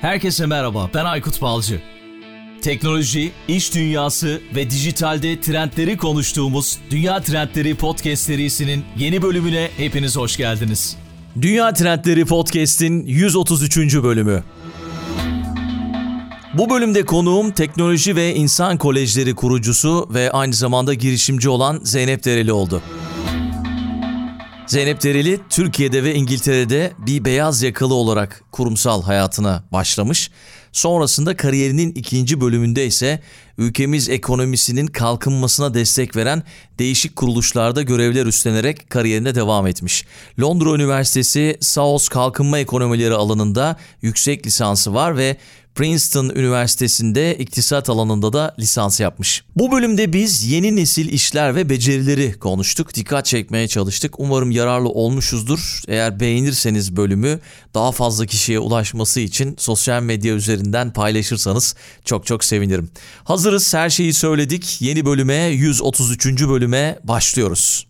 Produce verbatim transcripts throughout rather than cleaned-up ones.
Herkese merhaba, ben Aykut Balcı. Teknoloji, iş dünyası ve dijitalde trendleri konuştuğumuz Dünya Trendleri Podcast serisinin yeni bölümüne hepiniz hoş geldiniz. Dünya Trendleri Podcast'in yüz otuz üçüncü bölümü. Bu bölümde konuğum Teknoloji ve İnsan Kolejleri kurucusu ve aynı zamanda girişimci olan Zeynep Dereli oldu. Zeynep Dereli, Türkiye'de ve İngiltere'de bir beyaz yakalı olarak kurumsal hayatına başlamış. Sonrasında kariyerinin ikinci bölümünde ise ülkemiz ekonomisinin kalkınmasına destek veren değişik kuruluşlarda görevler üstlenerek kariyerine devam etmiş. Londra Üniversitesi Saos Kalkınma Ekonomileri alanında yüksek lisansı var ve Princeton Üniversitesi'nde iktisat alanında da lisans yapmış. Bu bölümde biz yeni nesil işler ve becerileri konuştuk, dikkat çekmeye çalıştık. Umarım yararlı olmuşuzdur. Eğer beğenirseniz bölümü daha fazla kişiye ulaşması için sosyal medya üzerinden paylaşırsanız çok çok sevinirim. Hazırız, her şeyi söyledik. Yeni bölüme, yüz otuz üçüncü bölüme başlıyoruz.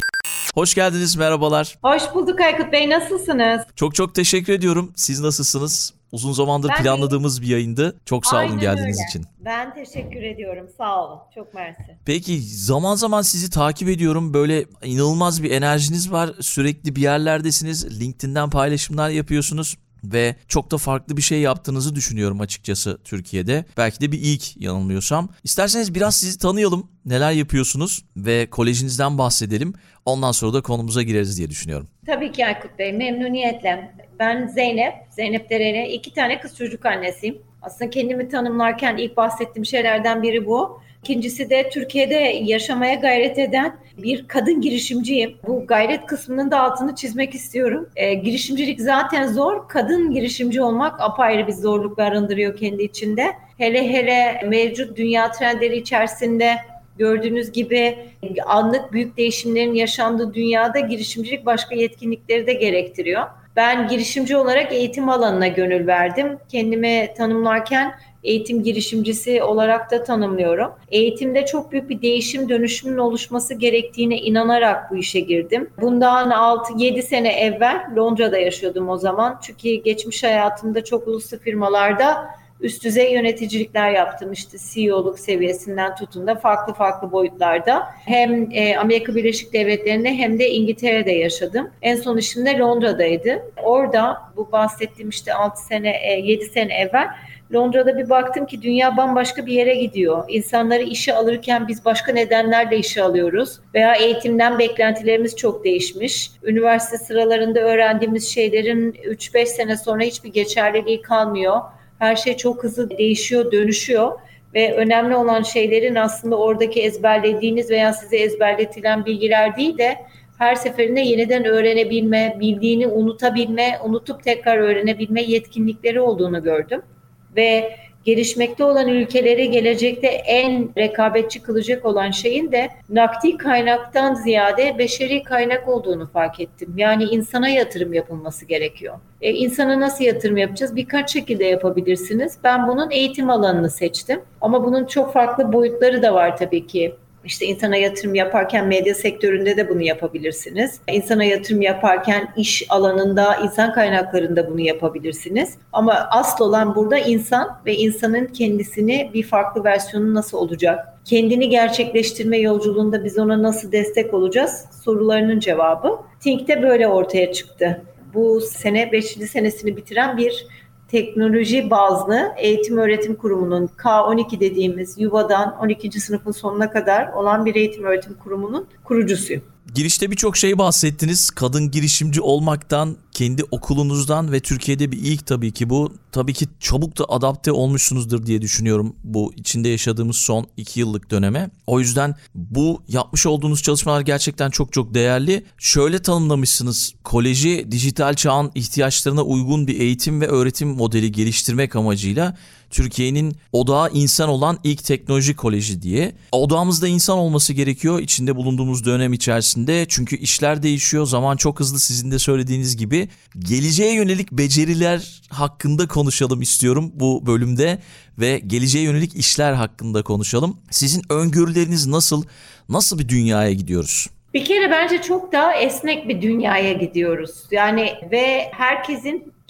Hoş geldiniz, merhabalar. Hoş bulduk Aykut Bey, nasılsınız? Çok çok teşekkür ediyorum. Siz nasılsınız? Uzun zamandır ben planladığımız de... bir yayındı. Çok sağ olun Aynen geldiğiniz öyle. için. Ben teşekkür ediyorum. Sağ olun. Çok mersi. Peki, zaman zaman sizi takip ediyorum. Böyle inanılmaz bir enerjiniz var. Sürekli bir yerlerdesiniz. LinkedIn'den paylaşımlar yapıyorsunuz. Ve çok da farklı bir şey yaptığınızı düşünüyorum açıkçası Türkiye'de. Belki de bir ilk, yanılmıyorsam. İsterseniz biraz sizi tanıyalım. Neler yapıyorsunuz ve kolejinizden bahsedelim. Ondan sonra da konumuza gireriz diye düşünüyorum. Tabii ki Aykut Bey, memnuniyetle. Ben Zeynep, Zeynep Dereli. İki tane kız çocuk annesiyim. Aslında kendimi tanımlarken ilk bahsettiğim şeylerden biri bu. İkincisi de Türkiye'de yaşamaya gayret eden bir kadın girişimciyim. Bu gayret kısmının da altını çizmek istiyorum. E, girişimcilik zaten zor. Kadın girişimci olmak apayrı bir zorluk barındırıyor kendi içinde. Hele hele mevcut dünya trendleri içerisinde gördüğünüz gibi anlık büyük değişimlerin yaşandığı dünyada girişimcilik başka yetkinlikleri de gerektiriyor. Ben girişimci olarak eğitim alanına gönül verdim. Kendimi tanımlarken eğitim girişimcisi olarak da tanımlıyorum. Eğitimde çok büyük bir değişim, dönüşümün oluşması gerektiğine inanarak bu işe girdim. Bundan altı yedi sene evvel Londra'da yaşıyordum o zaman. Çünkü geçmiş hayatımda çok uluslu firmalarda üst düzey yöneticilikler yaptım. İşte C E O'luk seviyesinden tutun da farklı farklı boyutlarda. Hem Amerika Birleşik Devletleri'nde hem de İngiltere'de yaşadım. En son işim de Londra'daydı. Orada bu bahsettiğim işte altı sene, yedi sene evvel Londra'da bir baktım ki dünya bambaşka bir yere gidiyor. İnsanları işe alırken biz başka nedenlerle işe alıyoruz. Veya eğitimden beklentilerimiz çok değişmiş. Üniversite sıralarında öğrendiğimiz şeylerin üç beş sene sonra hiçbir geçerliliği kalmıyor. Her şey çok hızlı değişiyor, dönüşüyor ve önemli olan şeylerin aslında oradaki ezberlediğiniz veya size ezberletilen bilgiler değil de her seferinde yeniden öğrenebilme, bildiğini unutabilme, unutup tekrar öğrenebilme yetkinlikleri olduğunu gördüm. Ve gelişmekte olan ülkeleri gelecekte en rekabetçi kılacak olan şeyin de nakdi kaynaktan ziyade beşeri kaynak olduğunu fark ettim. Yani insana yatırım yapılması gerekiyor. E, insana nasıl yatırım yapacağız? Birkaç şekilde yapabilirsiniz. Ben bunun eğitim alanını seçtim. Ama bunun çok farklı boyutları da var tabii ki. İşte insana yatırım yaparken medya sektöründe de bunu yapabilirsiniz. İnsana yatırım yaparken iş alanında, insan kaynaklarında bunu yapabilirsiniz. Ama asıl olan burada insan ve insanın kendisini bir farklı versiyonu nasıl olacak? Kendini gerçekleştirme yolculuğunda biz ona nasıl destek olacağız? Sorularının cevabı Think'te böyle ortaya çıktı. Bu sene beşinci senesini bitiren bir teknoloji bazlı eğitim öğretim kurumunun K on iki dediğimiz yuvadan on ikinci sınıfın sonuna kadar olan bir eğitim öğretim kurumunun kurucusuyum. Girişte birçok şey bahsettiniz. Kadın girişimci olmaktan, kendi okulunuzdan ve Türkiye'de bir ilk tabii ki bu. Tabii ki çabuk da adapte olmuşsunuzdur diye düşünüyorum bu içinde yaşadığımız son iki yıllık döneme. O yüzden bu yapmış olduğunuz çalışmalar gerçekten çok çok değerli. Şöyle tanımlamışsınız: koleji dijital çağın ihtiyaçlarına uygun bir eğitim ve öğretim modeli geliştirmek amacıyla Türkiye'nin odağı insan olan ilk teknoloji koleji diye. Odağımızda insan olması gerekiyor içinde bulunduğumuz dönem içerisinde. Çünkü işler değişiyor, zaman çok hızlı, sizin de söylediğiniz gibi. Geleceğe yönelik beceriler hakkında konuşalım istiyorum bu bölümde ve geleceğe yönelik işler hakkında konuşalım. Sizin öngörüleriniz nasıl? Nasıl bir dünyaya gidiyoruz? Bir kere bence çok daha esnek bir dünyaya gidiyoruz. Yani ve herkesin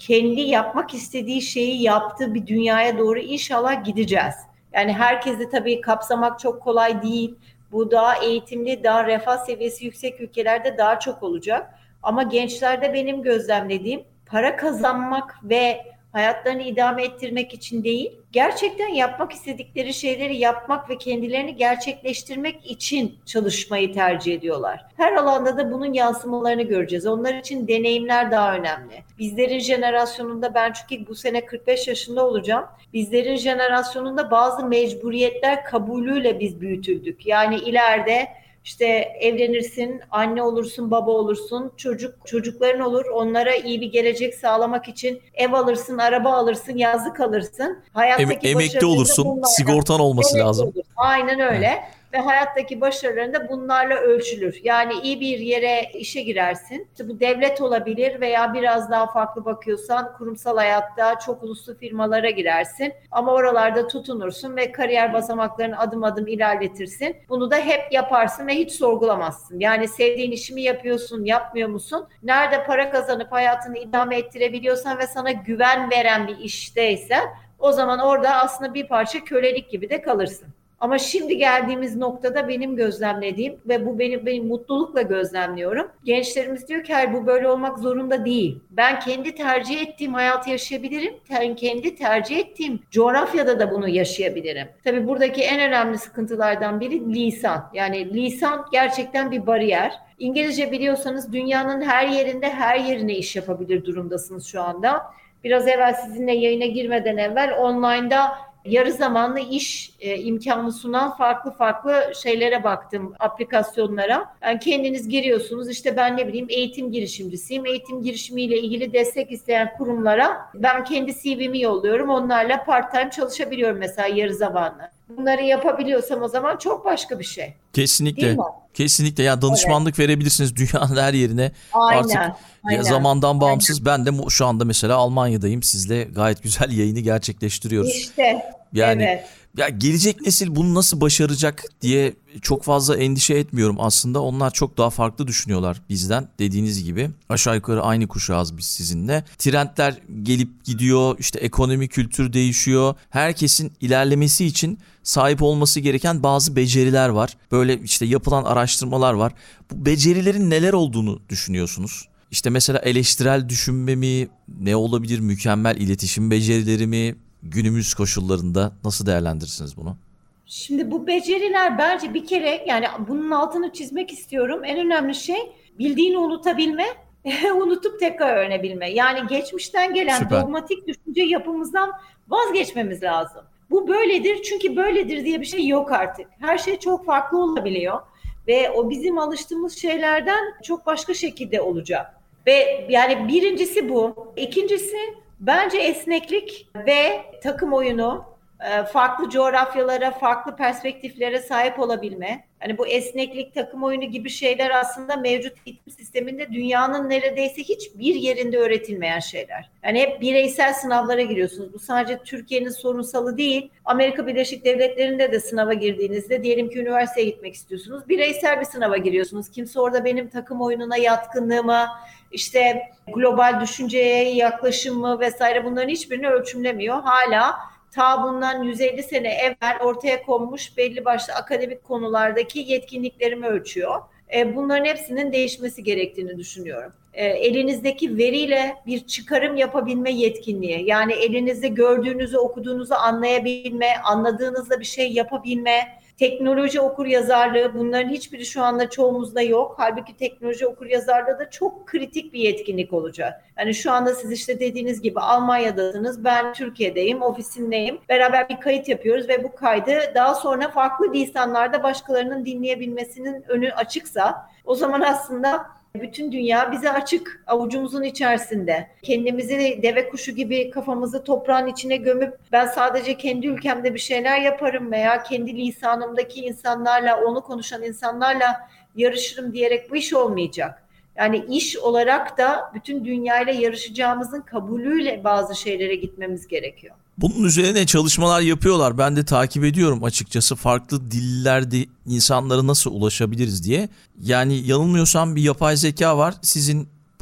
kendi yapmak istediği şeyi yaptığı bir dünyaya doğru inşallah gideceğiz. Yani herkesi tabii kapsamak çok kolay değil. Bu daha eğitimli, daha refah seviyesi yüksek ülkelerde daha çok olacak. Ama gençlerde benim gözlemlediğim para kazanmak ve hayatlarını idame ettirmek için değil, gerçekten yapmak istedikleri şeyleri yapmak ve kendilerini gerçekleştirmek için çalışmayı tercih ediyorlar. Her alanda da bunun yansımalarını göreceğiz. Onlar için deneyimler daha önemli. Bizlerin jenerasyonunda, ben çünkü bu sene kırk beş yaşında olacağım, bizlerin jenerasyonunda bazı mecburiyetler kabulüyle biz büyütüldük. Yani ileride İşte evlenirsin, anne olursun, baba olursun, çocuk çocukların olur. Onlara iyi bir gelecek sağlamak için ev alırsın, araba alırsın, yazlık alırsın. Em- emekli olursun, sigortan olması lazım. Olur. Aynen öyle. Evet. Ve hayattaki başarıların da bunlarla ölçülür. Yani iyi bir yere işe girersin. İşte bu devlet olabilir veya biraz daha farklı bakıyorsan kurumsal hayatta çok uluslu firmalara girersin. Ama oralarda tutunursun ve kariyer basamaklarını adım adım ilerletirsin. Bunu da hep yaparsın ve hiç sorgulamazsın. Yani sevdiğin işi mi yapıyorsun, yapmıyor musun? Nerede para kazanıp hayatını idame ettirebiliyorsan ve sana güven veren bir işteyse o zaman orada aslında bir parça kölelik gibi de kalırsın. Ama şimdi geldiğimiz noktada benim gözlemlediğim ve bu benim, benim mutlulukla gözlemliyorum. Gençlerimiz diyor ki hayır bu böyle olmak zorunda değil. Ben kendi tercih ettiğim hayatı yaşayabilirim. Ben kendi tercih ettiğim coğrafyada da bunu yaşayabilirim. Tabii buradaki en önemli sıkıntılardan biri lisan. Yani lisan gerçekten bir bariyer. İngilizce biliyorsanız dünyanın her yerinde her yerine iş yapabilir durumdasınız şu anda. Biraz evvel sizinle yayına girmeden evvel online'da yarı zamanlı iş e, imkanı sunan farklı farklı şeylere baktım, aplikasyonlara. Yani kendiniz giriyorsunuz, işte ben ne bileyim eğitim girişimcisiyim. Eğitim girişimiyle ilgili destek isteyen kurumlara ben kendi C V'mi yolluyorum. Onlarla part time çalışabiliyorum mesela yarı zamanlı. Bunları yapabiliyorsam o zaman çok başka bir şey. Kesinlikle. Kesinlikle. Ya danışmanlık evet. verebilirsiniz dünyanın her yerine. Aynen. Artık aynen. Ya zamandan bağımsız. Aynen. Ben de şu anda mesela Almanya'dayım. Sizle gayet güzel yayını gerçekleştiriyoruz. İşte. Yani evet. ya gelecek nesil bunu nasıl başaracak diye çok fazla endişe etmiyorum aslında. Onlar çok daha farklı düşünüyorlar bizden, dediğiniz gibi. Aşağı yukarı aynı kuşağız biz sizinle. Trendler gelip gidiyor, işte ekonomi, kültür değişiyor. Herkesin ilerlemesi için sahip olması gereken bazı beceriler var. Böyle işte yapılan araştırmalar var. Bu becerilerin neler olduğunu düşünüyorsunuz? İşte mesela eleştirel düşünme mi, ne olabilir, mükemmel iletişim becerileri mi? Günümüz koşullarında nasıl değerlendirirsiniz bunu? Şimdi bu beceriler bence bir kere, yani bunun altını çizmek istiyorum. En önemli şey bildiğini unutabilme, unutup tekrar öğrenebilme. Yani geçmişten gelen Süper. dogmatik düşünce yapımızdan vazgeçmemiz lazım. Bu böyledir çünkü böyledir diye bir şey yok artık. Her şey çok farklı olabiliyor ve o bizim alıştığımız şeylerden çok başka şekilde olacak. Ve yani birincisi bu. İkincisi bence esneklik ve takım oyunu, farklı coğrafyalara, farklı perspektiflere sahip olabilme. Yani bu esneklik, takım oyunu gibi şeyler aslında mevcut eğitim sisteminde dünyanın neredeyse hiçbir yerinde öğretilmeyen şeyler. Yani hep bireysel sınavlara giriyorsunuz. Bu sadece Türkiye'nin sorunsalı değil. Amerika Birleşik Devletleri'nde de sınava girdiğinizde, diyelim ki üniversiteye gitmek istiyorsunuz. Bireysel bir sınava giriyorsunuz. Kimse orada benim takım oyununa yatkınlığımı, işte global düşünceye yaklaşımı vesaire bunların hiçbirini ölçümlemiyor. Hala ta bundan yüz elli sene evvel ortaya konmuş belli başlı akademik konulardaki yetkinliklerimi ölçüyor. E, bunların hepsinin değişmesi gerektiğini düşünüyorum. E, elinizdeki veriyle bir çıkarım yapabilme yetkinliği, yani elinizde gördüğünüzü, okuduğunuzu anlayabilme, anladığınızda bir şey yapabilme, teknoloji okuryazarlığı, bunların hiçbiri şu anda çoğumuzda yok. Halbuki teknoloji okuryazarlığı da çok kritik bir yetkinlik olacak. Yani şu anda siz işte dediğiniz gibi Almanya'dasınız, ben Türkiye'deyim, ofisindeyim. Beraber bir kayıt yapıyoruz ve bu kaydı daha sonra farklı lisanlarda başkalarının dinleyebilmesinin önü açıksa, o zaman aslında bütün dünya bize açık, avucumuzun içerisinde. Kendimizi deve kuşu gibi kafamızı toprağın içine gömüp ben sadece kendi ülkemde bir şeyler yaparım veya kendi lisanımdaki insanlarla, onu konuşan insanlarla yarışırım diyerek bu iş olmayacak. Yani iş olarak da bütün dünyayla yarışacağımızın kabulüyle bazı şeylere gitmemiz gerekiyor. Bunun üzerine çalışmalar yapıyorlar. Ben de takip ediyorum açıkçası, farklı dillerde insanlara nasıl ulaşabiliriz diye. Yani yanılmıyorsam bir yapay zeka var. Sizin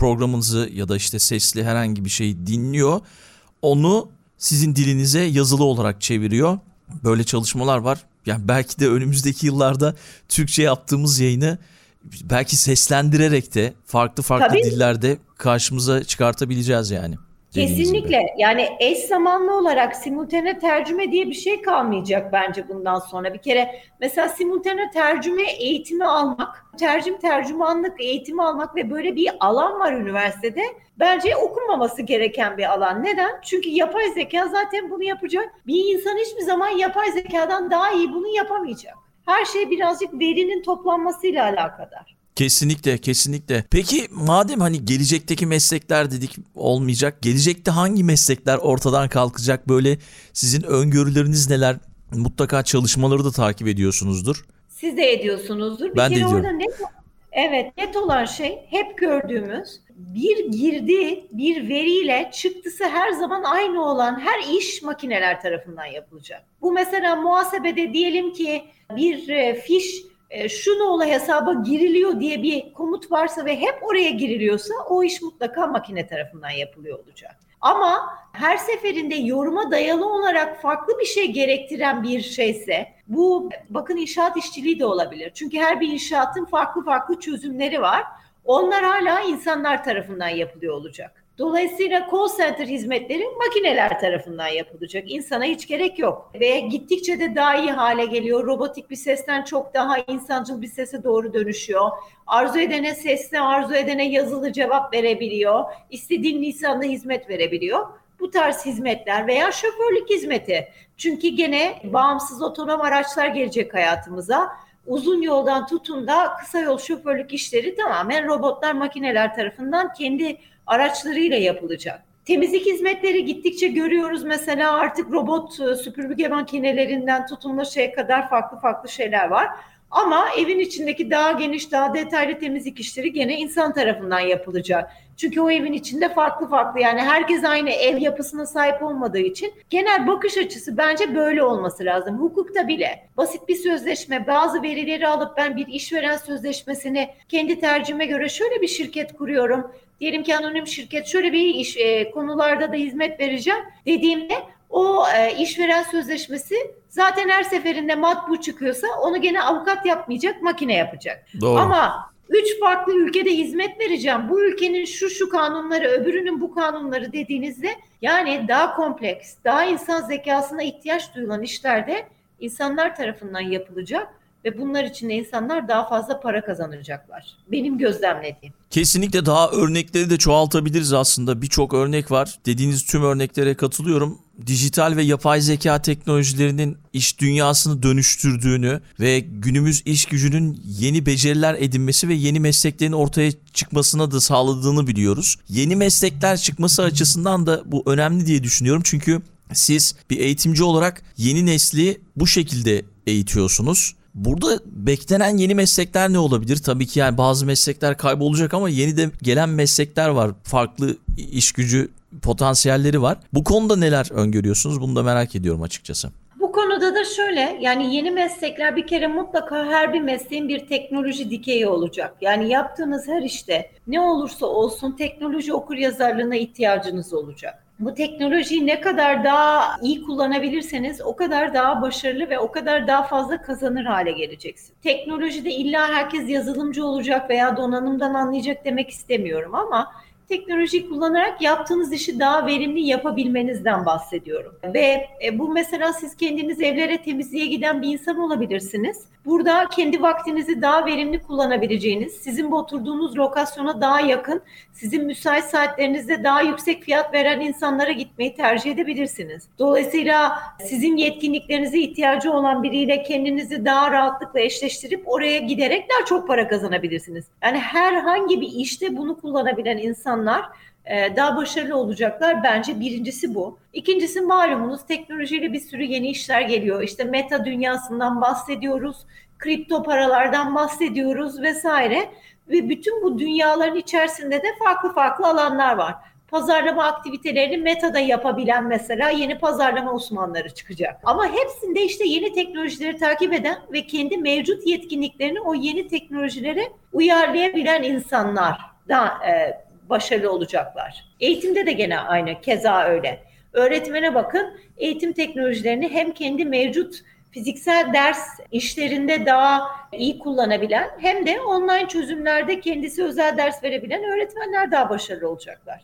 programınızı ya da işte sesli herhangi bir şeyi dinliyor. Onu sizin dilinize yazılı olarak çeviriyor. Böyle çalışmalar var. Yani belki de önümüzdeki yıllarda Türkçe yaptığımız yayını belki seslendirerek de farklı farklı Tabii. dillerde karşımıza çıkartabileceğiz yani. Kesinlikle. Yani eş zamanlı olarak simultane tercüme diye bir şey kalmayacak bence bundan sonra. Bir kere mesela simultane tercüme eğitimi almak, tercüm tercümanlık eğitimi almak ve böyle bir alan var üniversitede. Bence okunmaması gereken bir alan. Neden? Çünkü yapay zeka zaten bunu yapacak. Bir insan hiçbir zaman yapay zekadan daha iyi bunu yapamayacak. Her şey birazcık verinin toplanmasıyla alakadar. Kesinlikle, kesinlikle. Peki madem hani gelecekteki meslekler dedik olmayacak, gelecekte hangi meslekler ortadan kalkacak? Böyle sizin öngörüleriniz neler? Mutlaka çalışmaları da takip ediyorsunuzdur. Siz de ediyorsunuzdur. Bir Ben de kere ediyorum. orada net, evet, net olan şey hep gördüğümüz bir girdi, bir veriyle çıktısı her zaman aynı olan her iş makineler tarafından yapılacak. Bu mesela muhasebede diyelim ki bir e, fiş e, şu nolu hesaba giriliyor diye bir komut varsa ve hep oraya giriliyorsa o iş mutlaka makine tarafından yapılıyor olacak. Ama her seferinde yoruma dayalı olarak farklı bir şey gerektiren bir şeyse, bu bakın inşaat işçiliği de olabilir. Çünkü her bir inşaatın farklı farklı çözümleri var. Onlar hala insanlar tarafından yapılıyor olacak. Dolayısıyla call center hizmetleri makineler tarafından yapılacak. İnsana hiç gerek yok. Ve gittikçe de daha iyi hale geliyor. Robotik bir sesten çok daha insancıl bir sese doğru dönüşüyor. Arzu edene sesli, arzu edene yazılı cevap verebiliyor. İstediğin lisanda hizmet verebiliyor. Bu tarz hizmetler veya şoförlük hizmeti. Çünkü gene bağımsız otonom araçlar gelecek hayatımıza. Uzun yoldan tutun da kısa yol şoförlük işleri tamamen robotlar, makineler tarafından kendi araçlarıyla yapılacak. Temizlik hizmetleri gittikçe görüyoruz. Mesela artık robot süpürge makinelerinden tutumlu şeye kadar farklı farklı şeyler var. Ama evin içindeki daha geniş, daha detaylı temizlik işleri gene insan tarafından yapılacak. Çünkü o evin içinde farklı farklı, yani herkes aynı ev yapısına sahip olmadığı için genel bakış açısı bence böyle olması lazım. Hukukta bile basit bir sözleşme, bazı verileri alıp ben bir işveren sözleşmesini kendi tercihime göre şöyle bir şirket kuruyorum. Diyelim ki anonim şirket, şöyle bir iş e, konularda da hizmet vereceğim dediğimde o e, işveren sözleşmesi zaten her seferinde matbu çıkıyorsa onu gene avukat yapmayacak, makine yapacak. Doğru. Ama üç farklı ülkede hizmet vereceğim, bu ülkenin şu şu kanunları, öbürünün bu kanunları dediğinizde yani daha kompleks, daha insan zekasına ihtiyaç duyulan işlerde insanlar tarafından yapılacak. Ve bunlar için de insanlar daha fazla para kazanacaklar. Benim gözlemlediğim. Kesinlikle daha örnekleri de çoğaltabiliriz aslında. Birçok örnek var. Dediğiniz tüm örneklere katılıyorum. Dijital ve yapay zeka teknolojilerinin iş dünyasını dönüştürdüğünü ve günümüz iş gücünün yeni beceriler edinmesi ve yeni mesleklerin ortaya çıkmasına da sağladığını biliyoruz. Yeni meslekler çıkması açısından da bu önemli diye düşünüyorum. Çünkü siz bir eğitimci olarak yeni nesli bu şekilde eğitiyorsunuz. Burada beklenen yeni meslekler ne olabilir? Tabii ki yani bazı meslekler kaybolacak ama yeni de gelen meslekler var. Farklı iş gücü potansiyelleri var. Bu konuda neler öngörüyorsunuz? Bunu da merak ediyorum açıkçası. Bu konuda da şöyle, yani yeni meslekler bir kere mutlaka her bir mesleğin bir teknoloji dikeyi olacak. Yani yaptığınız her işte ne olursa olsun teknoloji okuryazarlığına ihtiyacınız olacak. Bu teknolojiyi ne kadar daha iyi kullanabilirseniz o kadar daha başarılı ve o kadar daha fazla kazanır hale geleceksin. Teknolojide illa herkes yazılımcı olacak veya donanımdan anlayacak demek istemiyorum ama teknolojiyi kullanarak yaptığınız işi daha verimli yapabilmenizden bahsediyorum. Ve bu mesela siz kendiniz evlere temizliğe giden bir insan olabilirsiniz. Burada kendi vaktinizi daha verimli kullanabileceğiniz, sizin bu oturduğunuz lokasyona daha yakın, sizin müsait saatlerinizde daha yüksek fiyat veren insanlara gitmeyi tercih edebilirsiniz. Dolayısıyla sizin yetkinliklerinize ihtiyacı olan biriyle kendinizi daha rahatlıkla eşleştirip oraya giderek daha çok para kazanabilirsiniz. Yani herhangi bir işte bunu kullanabilen insanlar daha başarılı olacaklar. Bence birincisi bu. İkincisi malumunuz teknolojiyle bir sürü yeni işler geliyor. İşte meta dünyasından bahsediyoruz, kripto paralardan bahsediyoruz vesaire. Ve bütün bu dünyaların içerisinde de farklı farklı alanlar var. Pazarlama aktivitelerini Meta'da yapabilen mesela yeni pazarlama uzmanları çıkacak. Ama hepsinde işte yeni teknolojileri takip eden ve kendi mevcut yetkinliklerini o yeni teknolojilere uyarlayabilen insanlar da e, başarılı olacaklar. Eğitimde de gene aynı, keza öyle. Öğretmene bakın, eğitim teknolojilerini hem kendi mevcut fiziksel ders işlerinde daha iyi kullanabilen hem de online çözümlerde kendisi özel ders verebilen öğretmenler daha başarılı olacaklar.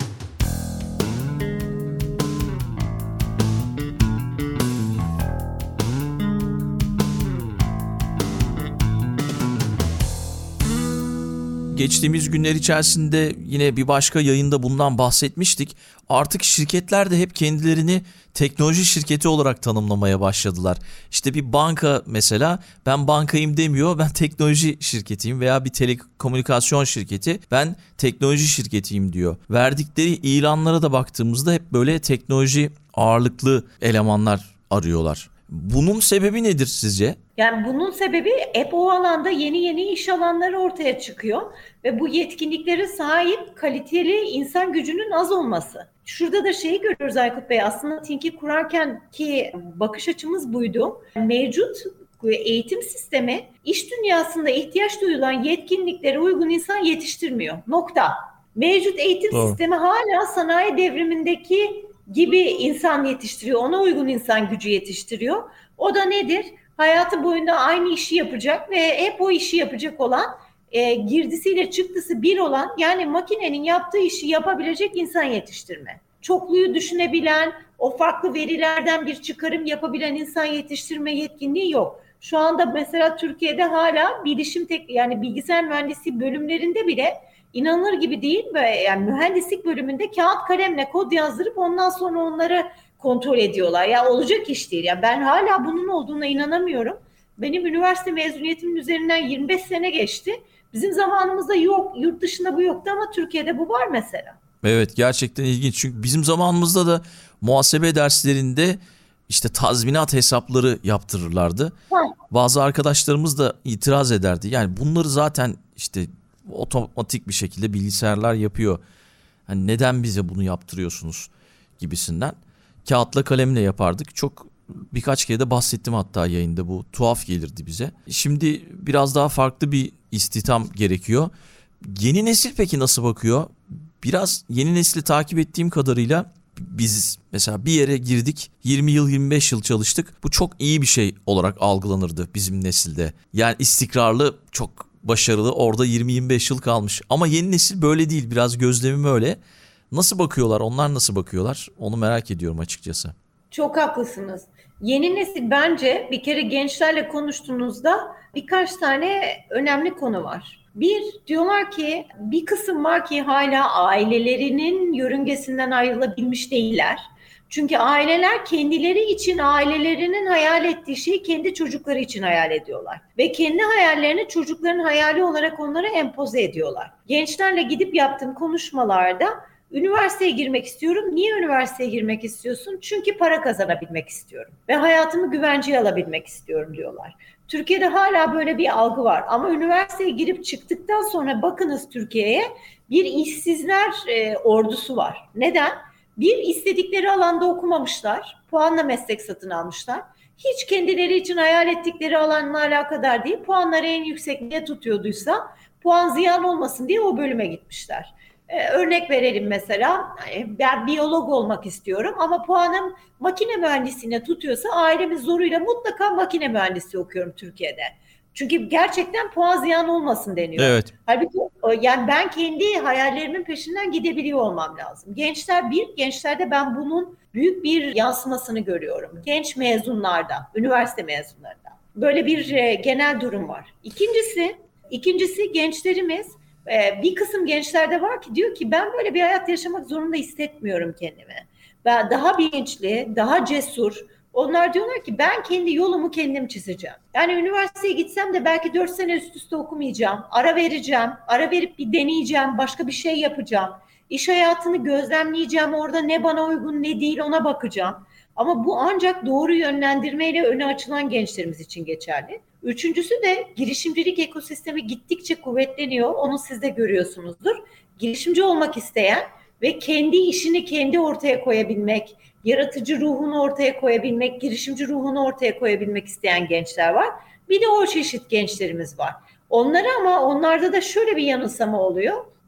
Geçtiğimiz günler içerisinde yine bir başka yayında bundan bahsetmiştik. Artık şirketler de hep kendilerini teknoloji şirketi olarak tanımlamaya başladılar. İşte bir banka mesela, ben bankayım demiyor, ben teknoloji şirketiyim, veya bir telekomünikasyon şirketi, ben teknoloji şirketiyim diyor. Verdikleri ilanlara da baktığımızda hep böyle teknoloji ağırlıklı elemanlar arıyorlar. Bunun sebebi nedir sizce? Yani bunun sebebi hep o alanda yeni yeni iş alanları ortaya çıkıyor ve bu yetkinliklere sahip kaliteli insan gücünün az olması. Şurada da şeyi görüyoruz Aykut Bey, aslında Think'i kurarken ki bakış açımız buydu. Mevcut eğitim sistemi iş dünyasında ihtiyaç duyulan yetkinliklere uygun insan yetiştirmiyor. Nokta. Mevcut eğitim Doğru. sistemi hala sanayi devrimindeki gibi insan yetiştiriyor. Ona uygun insan gücü yetiştiriyor. O da nedir? Hayatı boyunca aynı işi yapacak ve hep o işi yapacak olan, e, girdisiyle çıktısı bir olan, yani makinenin yaptığı işi yapabilecek insan yetiştirme. Çokluyu düşünebilen, o farklı verilerden bir çıkarım yapabilen insan yetiştirme yetkinliği yok. Şu anda mesela Türkiye'de hala bilişim tek, yani bilgisayar mühendisliği bölümlerinde bile inanılır gibi değil, yani mühendislik bölümünde kağıt kalemle kod yazdırıp ondan sonra onları kontrol ediyorlar. Ya olacak iş değil. Ya ben hala bunun olduğuna inanamıyorum. Benim üniversite mezuniyetimin üzerinden yirmi beş sene geçti. Bizim zamanımızda yok, yurt dışında bu yoktu ama Türkiye'de bu var mesela. Evet, gerçekten ilginç. Çünkü bizim zamanımızda da muhasebe derslerinde işte tazminat hesapları yaptırırlardı. Ha. Bazı arkadaşlarımız da itiraz ederdi. Yani bunları zaten işte otomatik bir şekilde bilgisayarlar yapıyor. Hani neden bize bunu yaptırıyorsunuz gibisinden. Kağıtla kalemle yapardık. Çok birkaç kere de bahsettim hatta yayında, bu tuhaf gelirdi bize. Şimdi biraz daha farklı bir istihdam gerekiyor. Yeni nesil peki nasıl bakıyor? Biraz yeni nesli takip ettiğim kadarıyla biz mesela bir yere girdik, yirmi yıl yirmi beş yıl çalıştık. Bu çok iyi bir şey olarak algılanırdı bizim nesilde. Yani istikrarlı, çok başarılı, orada yirmi yirmi beş yıl kalmış. Ama yeni nesil böyle değil, biraz gözlemim öyle. Nasıl bakıyorlar, onlar nasıl bakıyorlar? Onu merak ediyorum açıkçası. Çok haklısınız. Yeni nesil, bence bir kere gençlerle konuştuğunuzda birkaç tane önemli konu var. Bir, diyorlar ki bir kısım var ki hala ailelerinin yörüngesinden ayrılabilmiş değiller. Çünkü aileler kendileri için ailelerinin hayal ettiği şeyi kendi çocukları için hayal ediyorlar. Ve kendi hayallerini çocukların hayali olarak onlara empoze ediyorlar. Gençlerle gidip yaptığım konuşmalarda üniversiteye girmek istiyorum. Niye üniversiteye girmek istiyorsun? Çünkü para kazanabilmek istiyorum. Ve hayatımı güvenceye alabilmek istiyorum diyorlar. Türkiye'de hala böyle bir algı var. Ama üniversiteye girip çıktıktan sonra bakınız Türkiye'ye, bir işsizler e, ordusu var. Neden? Bir, istedikleri alanda okumamışlar. Puanla meslek satın almışlar. Hiç kendileri için hayal ettikleri alanla alakadar değil. Puanları en yüksek ne tutuyorduysa puan ziyan olmasın diye o bölüme gitmişler. Ee, örnek verelim mesela, ben biyolog olmak istiyorum ama puanım makine mühendisliğine tutuyorsa ailemin zoruyla mutlaka makine mühendisliği okuyorum Türkiye'de. Çünkü gerçekten puan ziyan olmasın deniyor. Evet. Halbuki yani ben kendi hayallerimin peşinden gidebiliyor olmam lazım. Gençler, bir, gençlerde ben bunun büyük bir yansımasını görüyorum. Genç mezunlarda, üniversite mezunlarında. Böyle bir e, genel durum var. İkincisi, ikincisi gençlerimiz, bir kısım gençlerde var ki diyor ki ben böyle bir hayat yaşamak zorunda hissetmiyorum kendimi. Ben daha bilinçli, daha cesur. Onlar diyorlar ki ben kendi yolumu kendim çizeceğim. Yani üniversiteye gitsem de belki dört sene üst üste okumayacağım. Ara vereceğim. Ara verip bir deneyeceğim. Başka bir şey yapacağım. İş hayatını gözlemleyeceğim. Orada ne bana uygun ne değil ona bakacağım. Ama bu ancak doğru yönlendirmeyle öne açılan gençlerimiz için geçerli. Üçüncüsü de girişimcilik ekosistemi gittikçe kuvvetleniyor. Onu siz de görüyorsunuzdur. Girişimci olmak isteyen ve kendi işini kendi ortaya koyabilmek, yaratıcı ruhunu ortaya koyabilmek, girişimci ruhunu ortaya koyabilmek isteyen gençler var. Bir de o çeşit gençlerimiz var. Onlara ama onlarda da şöyle bir yanılsama oluyor.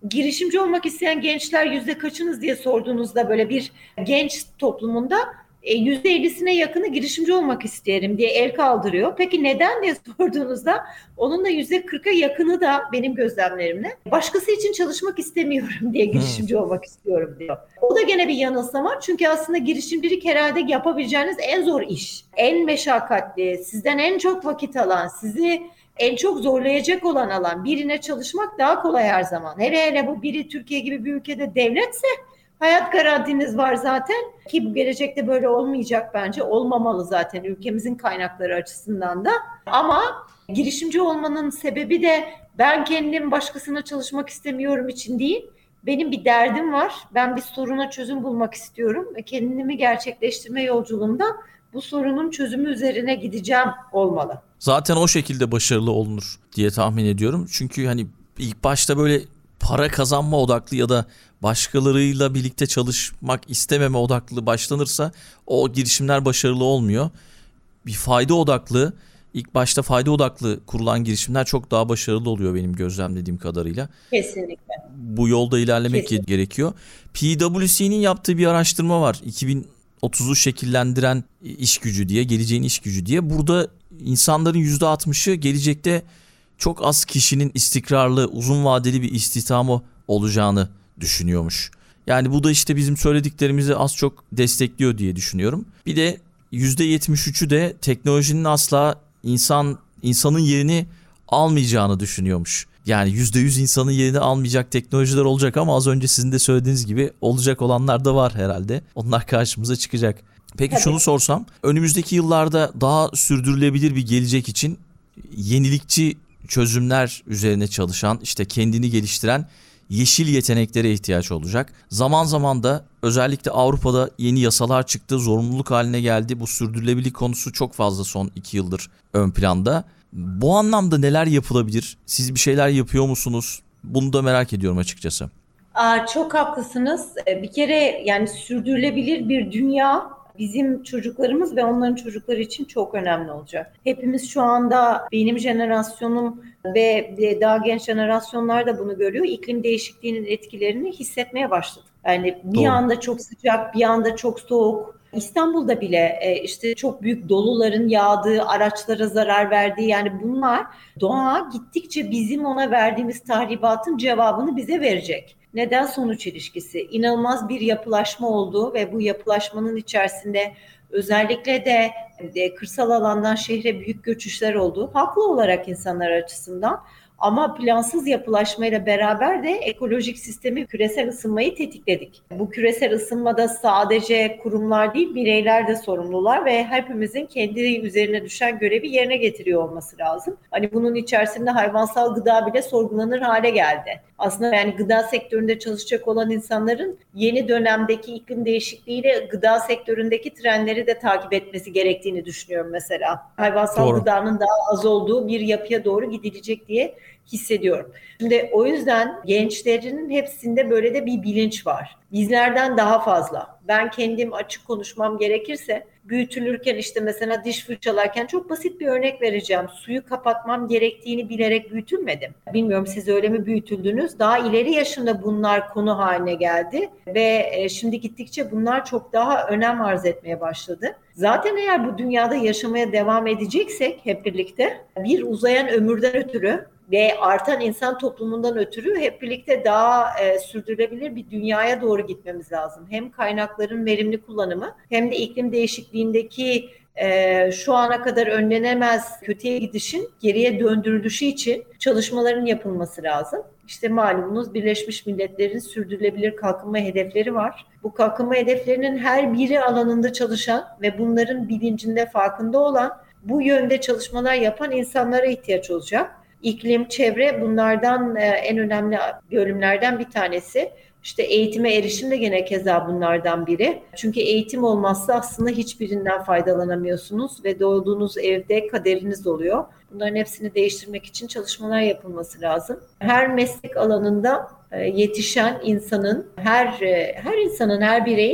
girişimci olmak isteyen gençler yüzde kaçınız diye sorduğunuzda böyle bir genç toplumunda e, yüzde ellisine yakını girişimci olmak isterim diye el kaldırıyor. Peki neden diye sorduğunuzda onun da yüzde kırka yakını da benim gözlemlerimle başkası için çalışmak istemiyorum diye girişimci hmm. olmak istiyorum diyor. O da gene bir yanılsama, çünkü aslında girişimcilik herhalde yapabileceğiniz en zor iş. En meşakkatli, sizden en çok vakit alan, sizi en çok zorlayacak olan alan. Birine çalışmak daha kolay her zaman. Hele hele bu biri Türkiye gibi bir ülkede devletse hayat garantiniz var zaten, ki bu gelecekte böyle olmayacak bence. Olmamalı zaten ülkemizin kaynakları açısından da. Ama girişimci olmanın sebebi de ben kendim başkasına çalışmak istemiyorum için değil. Benim bir derdim var. Ben bir soruna çözüm bulmak istiyorum ve kendimi gerçekleştirme yolculuğunda bu sorunun çözümü üzerine gideceğim olmalı. Zaten o şekilde başarılı olunur diye tahmin ediyorum. Çünkü hani ilk başta böyle para kazanma odaklı ya da başkalarıyla birlikte çalışmak istememe odaklı başlanırsa o girişimler başarılı olmuyor. Bir fayda odaklı, ilk başta fayda odaklı kurulan girişimler çok daha başarılı oluyor benim gözlemlediğim kadarıyla. Kesinlikle. Bu yolda ilerlemek Kesinlikle. gerekiyor. P W C'nin yaptığı bir araştırma var. iki bin otuzu şekillendiren iş gücü diye, geleceğin iş gücü diye. Burada insanların yüzde altmışı gelecekte çok az kişinin istikrarlı, uzun vadeli bir istihdamı olacağını düşünüyormuş. Yani bu da işte bizim söylediklerimizi az çok destekliyor diye düşünüyorum. Bir de yüzde yetmiş üçü de teknolojinin asla insan insanın yerini almayacağını düşünüyormuş. Yani yüzde yüz insanın yerini almayacak teknolojiler olacak ama az önce sizin de söylediğiniz gibi olacak olanlar da var herhalde. Onlar karşımıza çıkacak. Peki Tabii. şunu sorsam, önümüzdeki yıllarda daha sürdürülebilir bir gelecek için yenilikçi çözümler üzerine çalışan, işte kendini geliştiren yeşil yeteneklere ihtiyaç olacak. Zaman zaman da özellikle Avrupa'da yeni yasalar çıktı, zorunluluk haline geldi. Bu sürdürülebilirlik konusu çok fazla son iki yıldır ön planda. Bu anlamda neler yapılabilir? Siz bir şeyler yapıyor musunuz? Bunu da merak ediyorum açıkçası. Aa, çok haklısınız. Bir kere yani sürdürülebilir bir dünya bizim çocuklarımız ve onların çocukları için çok önemli olacak. Hepimiz şu anda, benim jenerasyonum ve daha genç jenerasyonlar da bunu görüyor. İklim değişikliğinin etkilerini hissetmeye başladık. Yani bir Doğru. anda çok sıcak, bir anda çok soğuk. İstanbul'da bile işte çok büyük doluların yağdığı, araçlara zarar verdiği, yani bunlar doğa gittikçe bizim ona verdiğimiz tahribatın cevabını bize verecek. Neden sonuç ilişkisi? İnanılmaz bir yapılaşma oldu ve bu yapılaşmanın içerisinde özellikle de, de kırsal alandan şehre büyük göçüşler oldu. Haklı olarak insanlar açısından. Ama plansız yapılaşmayla beraber de ekolojik sistemi, küresel ısınmayı tetikledik. Bu küresel ısınmada sadece kurumlar değil, bireyler de sorumlular ve hepimizin kendi üzerine düşen görevi yerine getiriyor olması lazım. Hani bunun içerisinde hayvansal gıda bile sorgulanır hale geldi. Aslında yani gıda sektöründe çalışacak olan insanların yeni dönemdeki iklim değişikliğiyle gıda sektöründeki trendleri de takip etmesi gerektiğini düşünüyorum mesela. Hayvansal Doğru. gıdanın daha az olduğu bir yapıya doğru gidilecek diye hissediyorum. Şimdi o yüzden gençlerin hepsinde böyle de bir bilinç var. Bizlerden daha fazla. Ben kendim açık konuşmam gerekirse, büyütülürken işte mesela diş fırçalarken çok basit bir örnek vereceğim. Suyu kapatmam gerektiğini bilerek büyütülmedim. Bilmiyorum siz öyle mi büyütüldünüz? Daha ileri yaşında bunlar konu haline geldi ve şimdi gittikçe bunlar çok daha önem arz etmeye başladı. Zaten eğer bu dünyada yaşamaya devam edeceksek hep birlikte, bir uzayan ömürden ötürü ve artan insan toplumundan ötürü hep birlikte daha e, sürdürülebilir bir dünyaya doğru gitmemiz lazım. Hem kaynakların verimli kullanımı hem de iklim değişikliğindeki e, şu ana kadar önlenemez kötüye gidişin geriye döndürülüşü için çalışmaların yapılması lazım. İşte malumunuz Birleşmiş Milletler'in sürdürülebilir kalkınma hedefleri var. Bu kalkınma hedeflerinin her biri alanında çalışan ve bunların bilincinde, farkında olan, bu yönde çalışmalar yapan insanlara ihtiyaç olacak. İklim, çevre bunlardan en önemli bölümlerden bir tanesi. İşte eğitime erişim de gene keza bunlardan biri. Çünkü eğitim olmazsa aslında hiçbirinden faydalanamıyorsunuz ve doğduğunuz evde kaderiniz oluyor. Bunların hepsini değiştirmek için çalışmalar yapılması lazım. Her meslek alanında yetişen insanın, her her insanın, her bireyin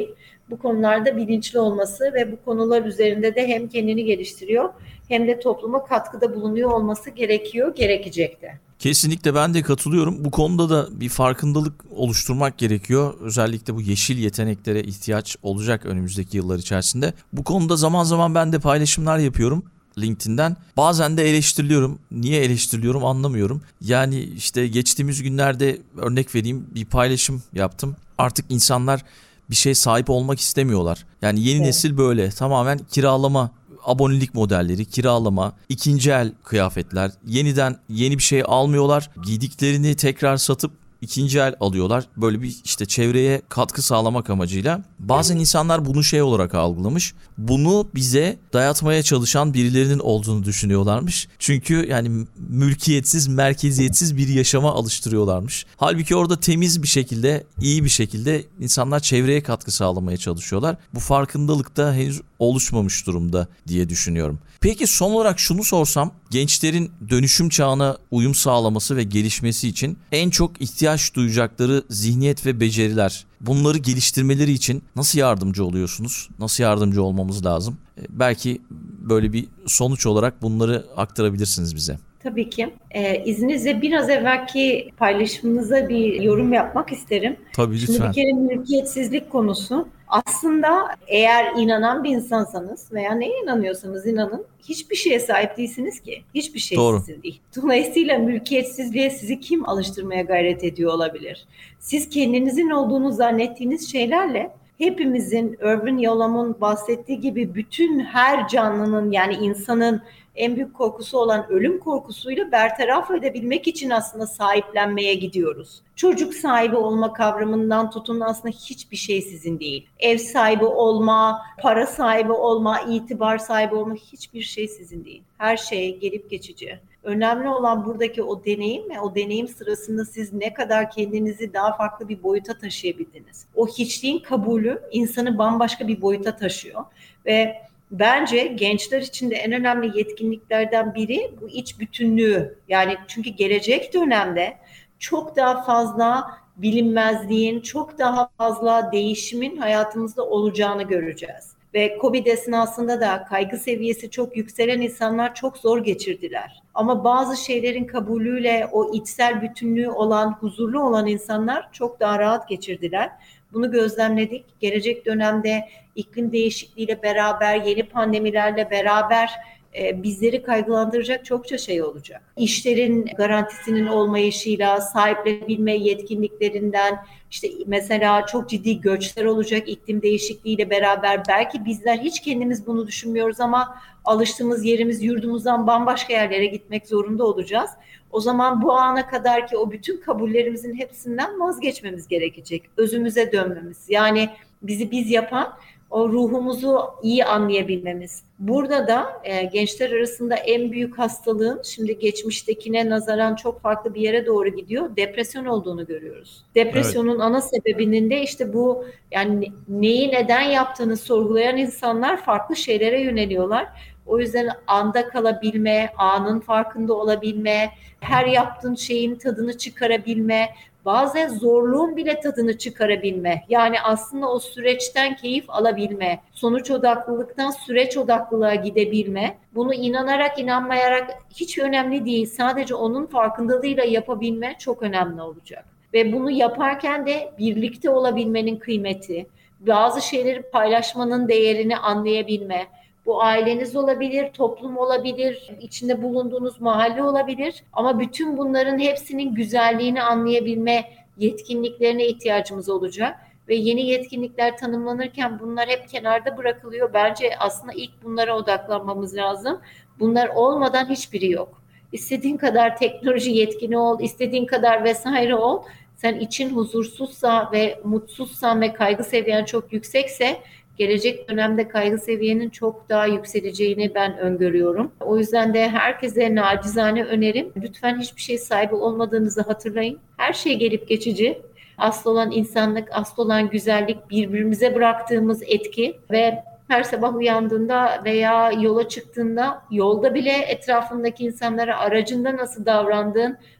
bu konularda bilinçli olması ve bu konular üzerinde de hem kendini geliştiriyor hem de topluma katkıda bulunuyor olması gerekiyor, gerekecek de. Kesinlikle ben de katılıyorum. Bu konuda da bir farkındalık oluşturmak gerekiyor. Özellikle bu yeşil yeteneklere ihtiyaç olacak önümüzdeki yıllar içerisinde. Bu konuda zaman zaman ben de paylaşımlar yapıyorum LinkedIn'den. Bazen de eleştiriliyorum. Niye eleştiriliyorum anlamıyorum. Yani işte geçtiğimiz günlerde örnek vereyim, bir paylaşım yaptım. Artık insanlar bir şey sahip olmak istemiyorlar. Yani yeni Evet. nesil böyle tamamen kiralama, abonelik modelleri, kiralama, ikinci el kıyafetler, yeniden yeni bir şey almıyorlar. Giydiklerini tekrar satıp ikinci el alıyorlar. Böyle bir işte çevreye katkı sağlamak amacıyla. Bazen insanlar bunu şey olarak algılamış. Bunu bize dayatmaya çalışan birilerinin olduğunu düşünüyorlarmış. Çünkü yani mülkiyetsiz, merkeziyetsiz bir yaşama alıştırıyorlarmış. Halbuki orada temiz bir şekilde, iyi bir şekilde insanlar çevreye katkı sağlamaya çalışıyorlar. Bu farkındalık da henüz oluşmamış durumda diye düşünüyorum. Peki son olarak şunu sorsam, gençlerin dönüşüm çağına uyum sağlaması ve gelişmesi için en çok ihtiyaç duyacakları zihniyet ve beceriler, bunları geliştirmeleri için nasıl yardımcı oluyorsunuz? Nasıl yardımcı olmamız lazım? Belki böyle bir sonuç olarak bunları aktarabilirsiniz bize. Tabii ki. Ee, izninizle biraz evvelki paylaşımınıza bir yorum yapmak isterim. Tabii Şimdi bir lütfen. kere mülkiyetsizlik konusu. Aslında eğer inanan bir insansanız veya neye inanıyorsanız inanın, hiçbir şeye sahip değilsiniz ki. Hiçbir şey Doğru. sizin değil. Dolayısıyla mülkiyetsizliğe sizi kim alıştırmaya gayret ediyor olabilir? Siz kendinizin olduğunu zannettiğiniz şeylerle hepimizin, Irvin Yalom'un bahsettiği gibi bütün her canlının, yani insanın en büyük korkusu olan ölüm korkusuyla bertaraf edebilmek için aslında sahiplenmeye gidiyoruz. Çocuk sahibi olma kavramından tutun, aslında hiçbir şey sizin değil. Ev sahibi olma, para sahibi olma, itibar sahibi olma, hiçbir şey sizin değil. Her şey gelip geçici. Önemli olan buradaki o deneyim ve o deneyim sırasında siz ne kadar kendinizi daha farklı bir boyuta taşıyabildiniz. O hiçliğin kabulü insanı bambaşka bir boyuta taşıyor ve bence gençler için de en önemli yetkinliklerden biri bu iç bütünlüğü. Yani çünkü gelecek dönemde çok daha fazla bilinmezliğin, çok daha fazla değişimin hayatımızda olacağını göreceğiz. Ve Covid esnasında da kaygı seviyesi çok yükselen insanlar çok zor geçirdiler. Ama bazı şeylerin kabulüyle o içsel bütünlüğü olan, huzurlu olan insanlar çok daha rahat geçirdiler. Bunu gözlemledik. Gelecek dönemde iklim değişikliğiyle beraber, yeni pandemilerle beraber e, bizleri kaygılandıracak çokça şey olacak. İşlerin garantisinin olmayışıyla, sahiplenebilme yetkinliklerinden, işte mesela çok ciddi göçler olacak iklim değişikliğiyle beraber. Belki bizler hiç kendimiz bunu düşünmüyoruz ama alıştığımız yerimiz, yurdumuzdan bambaşka yerlere gitmek zorunda olacağız. O zaman bu ana kadar ki o bütün kabullerimizin hepsinden vazgeçmemiz gerekecek. Özümüze dönmemiz. Yani bizi biz yapan o ruhumuzu iyi anlayabilmemiz. Burada da e, gençler arasında en büyük hastalığın şimdi geçmiştekine nazaran çok farklı bir yere doğru gidiyor. Depresyon olduğunu görüyoruz. Depresyonun evet. ana sebebinin de işte bu, yani neyi neden yaptığını sorgulayan insanlar farklı şeylere yöneliyorlar. O yüzden anda kalabilme, anın farkında olabilme, her yaptığın şeyin tadını çıkarabilme, bazen zorluğun bile tadını çıkarabilme. Yani aslında o süreçten keyif alabilme, sonuç odaklılıktan süreç odaklılığa gidebilme. Bunu inanarak inanmayarak hiç önemli değil. Sadece onun farkındalığıyla yapabilme çok önemli olacak. Ve bunu yaparken de birlikte olabilmenin kıymeti, bazı şeyleri paylaşmanın değerini anlayabilme. Bu aileniz olabilir, toplum olabilir, içinde bulunduğunuz mahalle olabilir. Ama bütün bunların hepsinin güzelliğini anlayabilme yetkinliklerine ihtiyacımız olacak. Ve yeni yetkinlikler tanımlanırken bunlar hep kenarda bırakılıyor. Bence aslında ilk bunlara odaklanmamız lazım. Bunlar olmadan hiçbiri yok. İstediğin kadar teknoloji yetkini ol, istediğin kadar vesaire ol. Sen için huzursuzsa ve mutsuzsan ve kaygı seviyen çok yüksekse, gelecek dönemde kaygı seviyenin çok daha yükseleceğini ben öngörüyorum. O yüzden de herkese nacizane önerim, lütfen hiçbir şey sahibi olmadığınızı hatırlayın. Her şey gelip geçici. Asıl olan insanlık, asıl olan güzellik, birbirimize bıraktığımız etki ve her sabah uyandığında veya yola çıktığında yolda bile etrafındaki insanlara, aracında nasıl davrandığın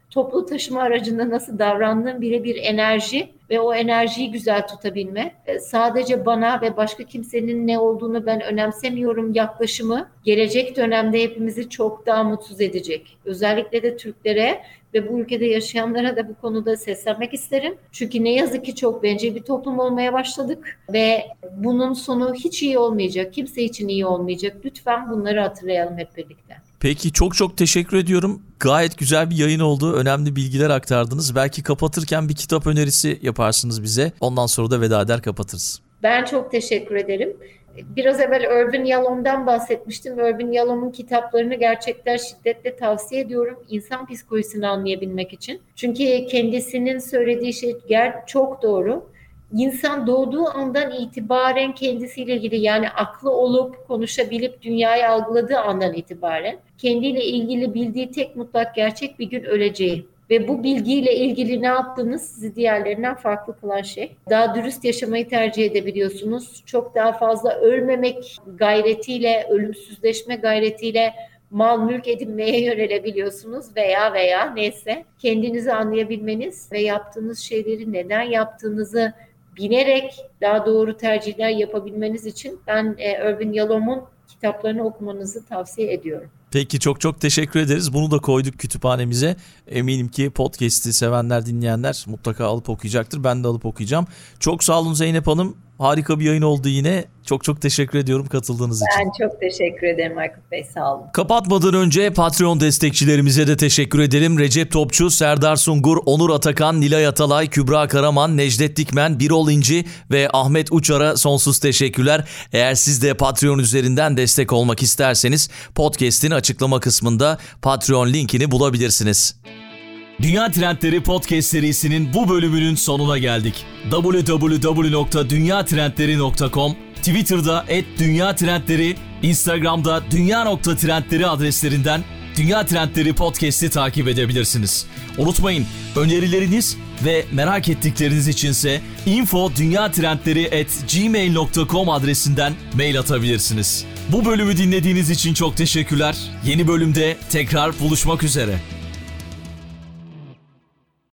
toplu taşıma aracında nasıl davrandığım birebir enerji ve o enerjiyi güzel tutabilme. Sadece bana ve başka kimsenin ne olduğunu ben önemsemiyorum yaklaşımı gelecek dönemde hepimizi çok daha mutsuz edecek. Özellikle de Türklere ve bu ülkede yaşayanlara da bu konuda seslenmek isterim. Çünkü ne yazık ki çok bencil bir toplum olmaya başladık ve bunun sonu hiç iyi olmayacak. Kimse için iyi olmayacak. Lütfen bunları hatırlayalım hep birlikte. Peki çok çok teşekkür ediyorum. Gayet güzel bir yayın oldu. Önemli bilgiler aktardınız. Belki kapatırken bir kitap önerisi yaparsınız bize. Ondan sonra da veda eder kapatırız. Ben çok teşekkür ederim. Biraz evvel Irvin Yalom'dan bahsetmiştim. Irvin Yalom'un kitaplarını gerçekten şiddetle tavsiye ediyorum. İnsan psikolojisini anlayabilmek için. Çünkü kendisinin söylediği şey çok doğru. İnsan doğduğu andan itibaren kendisiyle ilgili, yani aklı olup konuşabilip dünyayı algıladığı andan itibaren kendiyle ilgili bildiği tek mutlak gerçek bir gün öleceği. Ve bu bilgiyle ilgili ne yaptığınız sizi diğerlerinden farklı kılan şey. Daha dürüst yaşamayı tercih edebiliyorsunuz. Çok daha fazla ölmemek gayretiyle, ölümsüzleşme gayretiyle mal mülk edinmeye yönelebiliyorsunuz veya veya neyse. Kendinizi anlayabilmeniz ve yaptığınız şeyleri neden yaptığınızı bilerek daha doğru tercihler yapabilmeniz için ben e, Irvin Yalom'un kitaplarını okumanızı tavsiye ediyorum. Peki çok çok teşekkür ederiz. Bunu da koyduk kütüphanemize. Eminim ki podcast'i sevenler, dinleyenler mutlaka alıp okuyacaktır. Ben de alıp okuyacağım. Çok sağ olun Zeynep Hanım. Harika bir yayın oldu yine. Çok çok teşekkür ediyorum katıldığınız için. Ben çok teşekkür ederim Aykut Bey, sağ olun. Kapatmadan önce Patreon destekçilerimize de teşekkür edelim. Recep Topçu, Serdar Sungur, Onur Atakan, Nilay Atalay, Kübra Karaman, Necdet Dikmen, Birol İnci ve Ahmet Uçar'a sonsuz teşekkürler. Eğer siz de Patreon üzerinden destek olmak isterseniz podcast'in açıklama kısmında Patreon linkini bulabilirsiniz. Dünya Trendleri Podcast serisinin bu bölümünün sonuna geldik. double-u double-u double-u nokta dünya trendleri nokta com, Twitter'da et dünya trendleri, Instagram'da dünya nokta trendleri adreslerinden Dünya Trendleri Podcast'i takip edebilirsiniz. Unutmayın, önerileriniz ve merak ettikleriniz içinse info dünya trendleri at gmail nokta com adresinden mail atabilirsiniz. Bu bölümü dinlediğiniz için çok teşekkürler. Yeni bölümde tekrar buluşmak üzere.